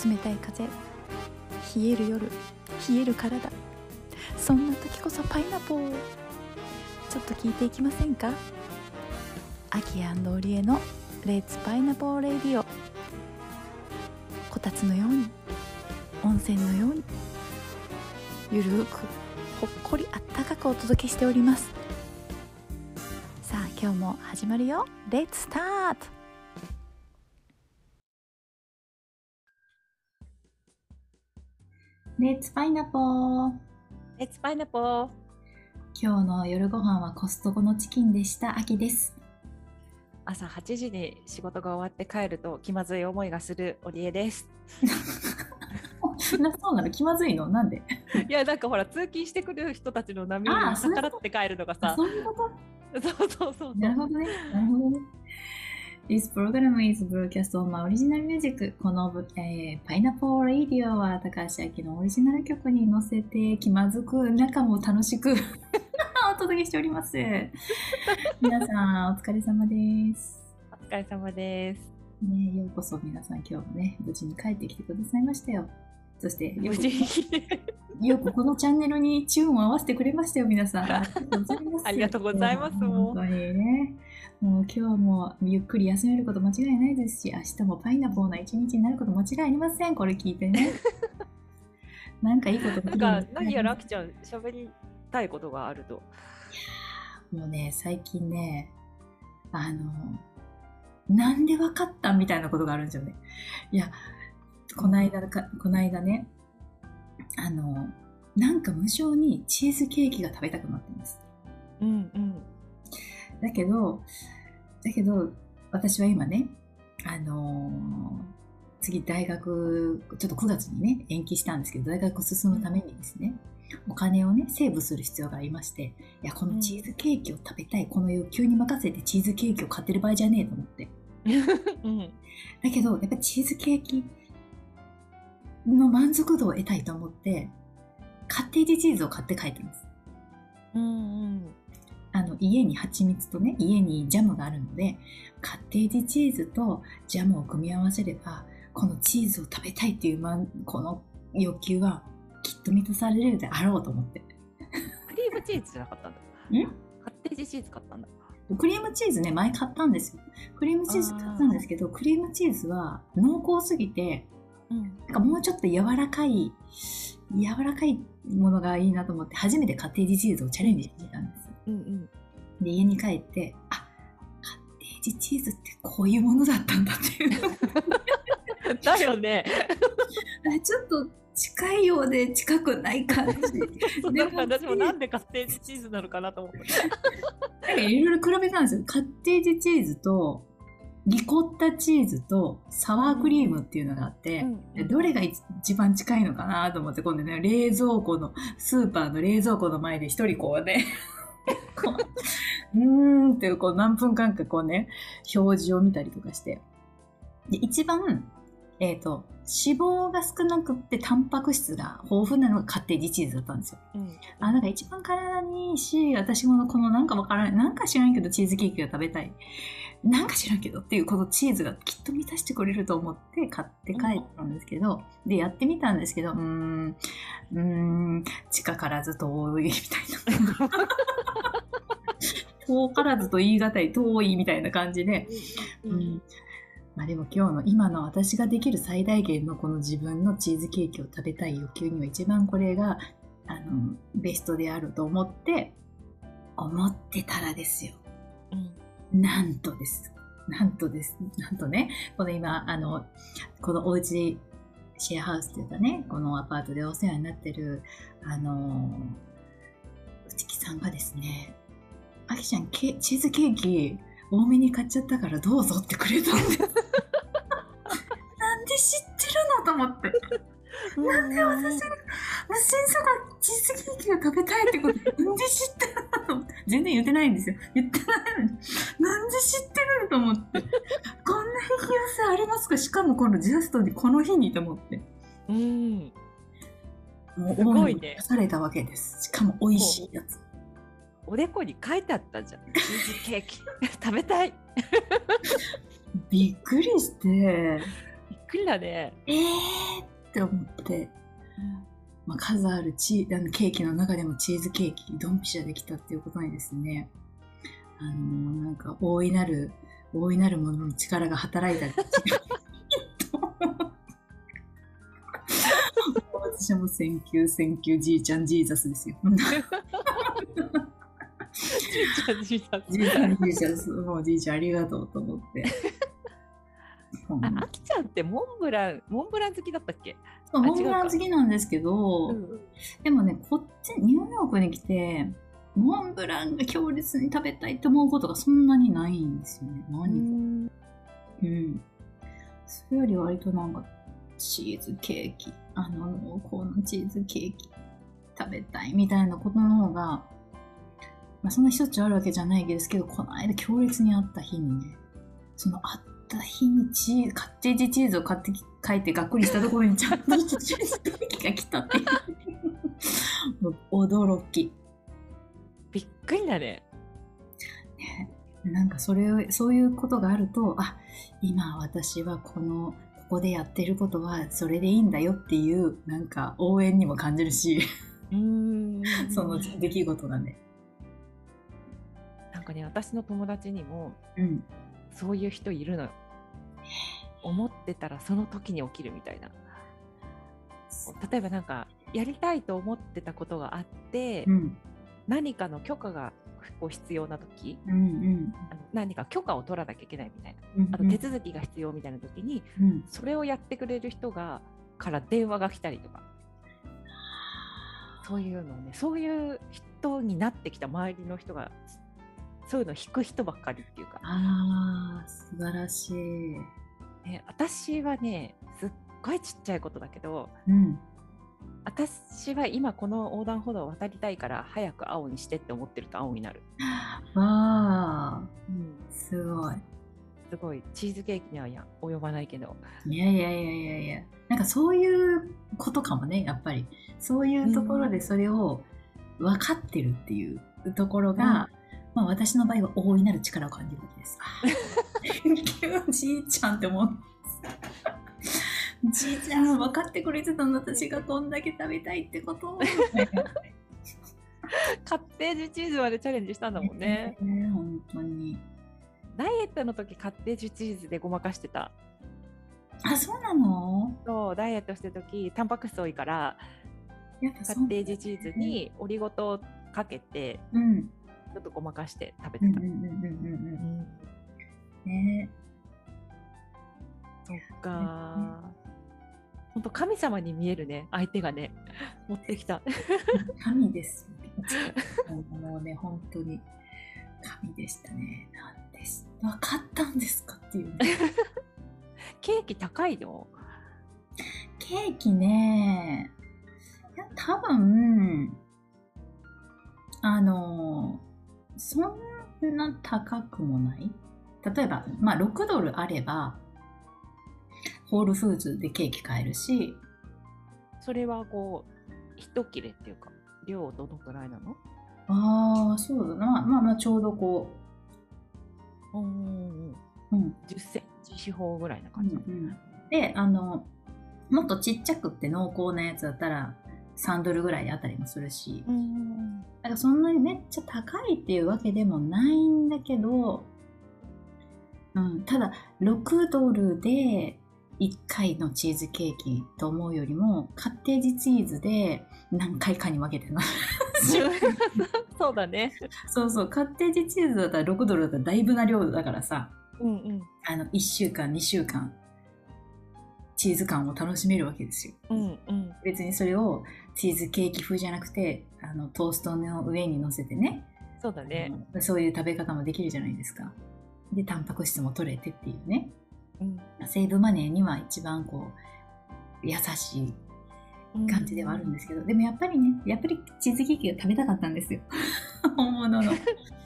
冷たい風、冷える夜、冷える体、そんな時こそパイナポー、ちょっと聞いていきませんか。アキ&オリエのレッツパイナポーレディオ。こたつのように、温泉のように、ゆるくほっこりあったかくお届けしております。さあ今日も始まるよ。レッツスタート。レッツパイナポー。 レッツパイナポー。 今日の夜ご飯はコストコのチキンでした。秋です。 朝8時に仕事が終わって帰ると気まずい思いがするオリエです。 そうなの？気まずいの？なんで？ いや、なんかほら通勤してくる人たちの波に逆らって帰るのがさ、 そういうこと？ そうなるほどね。なるほどね。This program is broadcast on my original music. この、パイナポーラディオは高橋明のオリジナル曲に乗せて気まずく中も楽しくお届けしております。皆さんお疲れ様です。 お疲れ様です。 ね、ようこそ皆さん今日もね無事に帰ってきてくださいましたよ。そして無事によくこのチャンネルにチューンを合わせてくれましたよ皆さん。 ありがとうございます。 本当にね。もう今日もゆっくり休めること間違いないですし、明日もパイナポーな一日になること間違いありません。これ聞いてね。なんかいいことなんか何やらあきちゃん喋りたいことがあると。 もうね最近ねなんでわかったみたいなことがあるんですよね。いやこの間ねなんか無性にチーズケーキが食べたくなってます。 うんうん。 だけど私は今ね次大学ちょっと9月にね延期したんですけど、大学進むためにですねお金をねセーブする必要がありまして、いやこのチーズケーキを食べたい、この欲求に任せてチーズケーキを買ってる場合じゃねえと思って、 うん、 だけどやっぱりチーズケーキの満足度を得たいと思ってカッテージチーズを買って帰ってます。 うんうん、 家に蜂蜜とね家にジャムがあるので、カッテージチーズとジャムを組み合わせればこのチーズを食べたいっていうこの欲求はきっと満たされるであろうと思って。 クリームチーズじゃなかったんだ。カッテージチーズ買ったんだ。 クリームチーズね前買ったんですよ。クリームチーズ買ったんですけど、クリームチーズは濃厚すぎて、なんかもうちょっと柔らかいものがいいなと思って初めてカッテージチーズをチャレンジしてみたんです。で家に帰ってカッテージチーズってこういうものだったんだっていうだよね。 ちょっと近いようで近くない感じでも私もなんでカッテージチーズなのかなと思っていろいろ比べたんですよ。カッテージチーズとリコッタチーズとサワークリームっていうのがあって、どれが一番近いのかなと思って、今度ねスーパーの冷蔵庫の前で一人こうねってこう何分間かこうね表示を見たりとかして、で一番脂肪が少なくってタンパク質が豊富なのがカッテージチーズだったんですよ。なんか一番体にいいし、私もこのなんかわからない、なんか知らんけどチーズケーキが食べたい、なんか知らんけどっていうこのチーズがきっと満たしてくれると思って買って帰ったんですけど、でやってみたんですけど、近からず遠いみたいな遠からずと言い難い遠いみたいな感じで、まあでも今の私ができる最大限のこの自分のチーズケーキを食べたい欲求には一番これがベストであると思ってたらですよ、なんとね、この今このお家シェアハウスというかね、このアパートでお世話になってる内木さんがですね、あきちゃんチーズケーキ多めに買っちゃったからどうぞってくれたんですなんで知ってるのと思ってなんで私が無心さがチーズケーキを食べたいってことなんで知ってるの全然言ってないんですよ。言ってないのになんで知ってるのと思ってこんな引き寄せありますか、しかもこのジャストにこの日にと思って、もうすごいね。 出されたわけです。しかも美味しいやつ。 おでこに書いてあったじゃん。チーズケーキ食べたい。 びっくりして。 びっくりだね。 って思って、まあ、数あるケーキの中でもチーズケーキドンピシャできたっていうことにですね、なんか大いなるものの力が働いたり私はもうセンキューじいちゃんジーザスですよ。 じいちゃんじいちゃんジーザス、もうじいちゃんありがとうと思ってあきちゃんってモンブラン好きだったっけ？ そう、モンブラン好きなんですけど、でもね、こっちニューヨークに来てモンブランが強烈に食べたいと思うことがそんなにないんですよね。何かそれより割となんかチーズケーキ、濃厚なチーズケーキ食べたいみたいなことの方が、まあ、そんなしょっちゅうあるわけじゃないですけど、この間強烈にあった日にね、そのあった日にカッテージチーズを買って帰ってがっくりしたところにちゃんとしたチーズケーキが来たっていう驚き。 びっくりだね。 なんかそういうことがあると、あ、今私はここでやってることはそれでいいんだよっていうなんか応援にも感じるしその出来事がね、 なんかね、私の友達にも、そういう人いるのよ。思ってたらその時に起きるみたいな。例えばなんかやりたいと思ってたことがあって、何かの許可が必要な時、何か許可を取らなきゃいけないみたいな、あと手続きが必要みたいな時に、それをやってくれる人から電話が来たりとか、そういうのをね、そういう人になってきた周りの人がそういうの引く人ばっかりっていうか。 素晴らしい。 私はね、すっごいちっちゃいことだけど、私は今この横断歩道を渡りたいから早く青にしてって思ってると青になる。 わー、すごい。 すごいチーズケーキには及ばないけど。 いや、なんかそういうことかもね、やっぱり。そういうところでそれを分かってるっていうところが、まあ私の場合は大いなる力を感じるわけです。じいちゃんって思う。じいちゃん分かってくれてたの、私がこんだけ食べたいってことを。 カッテージチーズまでチャレンジしたんだもんね。 本当に。 ダイエットの時カッテージチーズでごまかしてた。 あ、そうなの？ そう、ダイエットしてる時タンパク質多いからカッテージチーズにオリゴ糖をかけて、ちょっとごまかして食べてた。そっか。本当神様に見えるね、相手がね、持ってきた。 神です。もうね、本当に神でしたね。なんです。分かったんですかっていうね。 ケーキ高いの？ ケーキね、いや多分そんな高くもない。例えば、まあ6ドルあればホールフーズでケーキ買えるし。 それはこう一切れっていうか量どのくらいなの？ そうだな、まあちょうどこう10センチ四方ぐらいな感じ。 でもっとちっちゃくって濃厚なやつだったら3ドルぐらいあたりもするし、だからそんなにめっちゃ高いっていうわけでもないんだけど、ただ6ドルで1回のチーズケーキと思うよりもカッテージチーズで何回かに分けてるそうだね。 そう、カッテージチーズだったら6ドルだったらだいぶな量だからさ、1週間2週間チーズ感を楽しめるわけですよ。別にそれをチーズケーキ風じゃなくてトーストの上に乗せてね、 そうだね、 そういう食べ方もできるじゃないですか。でタンパク質も取れてっていうね、セーブマネーには一番こう優しい感じではあるんですけど、でもやっぱりチーズケーキが食べたかったんですよ。本物の。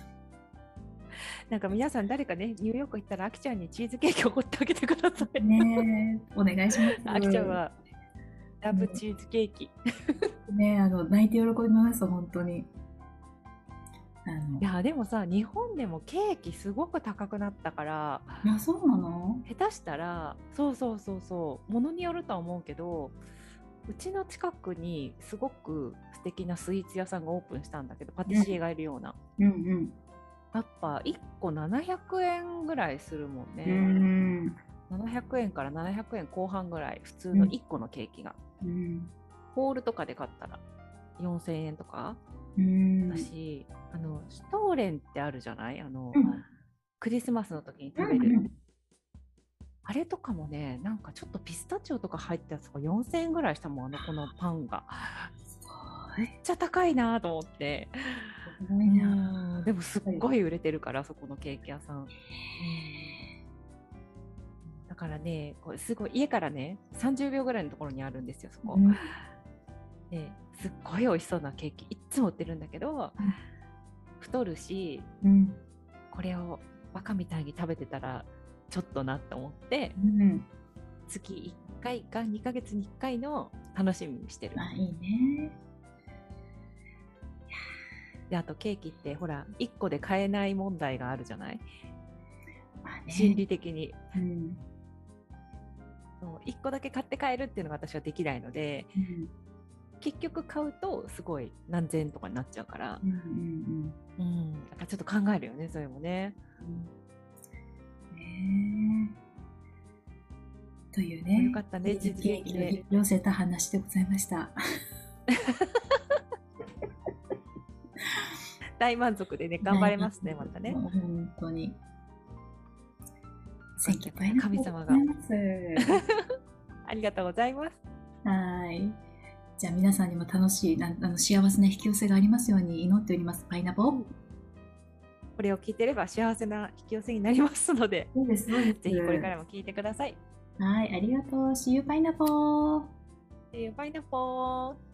なんか皆さん誰かね、ニューヨーク行ったらあきちゃんにチーズケーキおごってあげてくださいね。お願いします。 あきちゃんはラブチーズケーキね、泣いて喜びます本当に。 いやでもさ、日本でもケーキすごく高くなったから。 そうなの？ 下手したらそうものによるとは思うけど、 うちの近くにすごく素敵なスイーツ屋さんがオープンしたんだけど、パティシエがいるような、 うんうん、 やっぱ1個700円ぐらいするもんね。700円から700円後半ぐらい、普通の1個のケーキが、ホールとかで買ったら4000円とかだし、シュトーレンってあるじゃない、クリスマスの時に食べる、あれとかもね、なんかちょっとピスタチオとか入ったやつが4000円ぐらいしたもん、このパンが。めっちゃ高いなと思って。でもすっごい売れてるから、そこのケーキ屋さん。だからね、これすごい家からね、30秒ぐらいのところにあるんですよ、そこ。ですっごい美味しそうなケーキいっつも売ってるんだけど、太るし、これをバカみたいに食べてたらちょっとなって思って、月1回か2ヶ月に1回の楽しみにしてる。 いいね。 で、あとケーキってほら1個で買えない問題があるじゃない、心理的に、1個だけ買って帰るっていうのが私はできないので、結局買うとすごい何千円とかになっちゃうから、だからちょっと考えるよね、それもね。 というね、 よかったね、チーズケーキで寄せた話でございました。 大満足でね、頑張れますね、またね。 本当に。 神様が。ありがとうございます。 はい。じゃあ皆さんにも楽しい幸せな引き寄せがありますように祈っております。パイナポー。 これを聞いてれば幸せな引き寄せになりますので、 そうですそうです。 ぜひこれからも聞いてください。 はい、ありがとう。See you パイナポー。 See you パイナポー。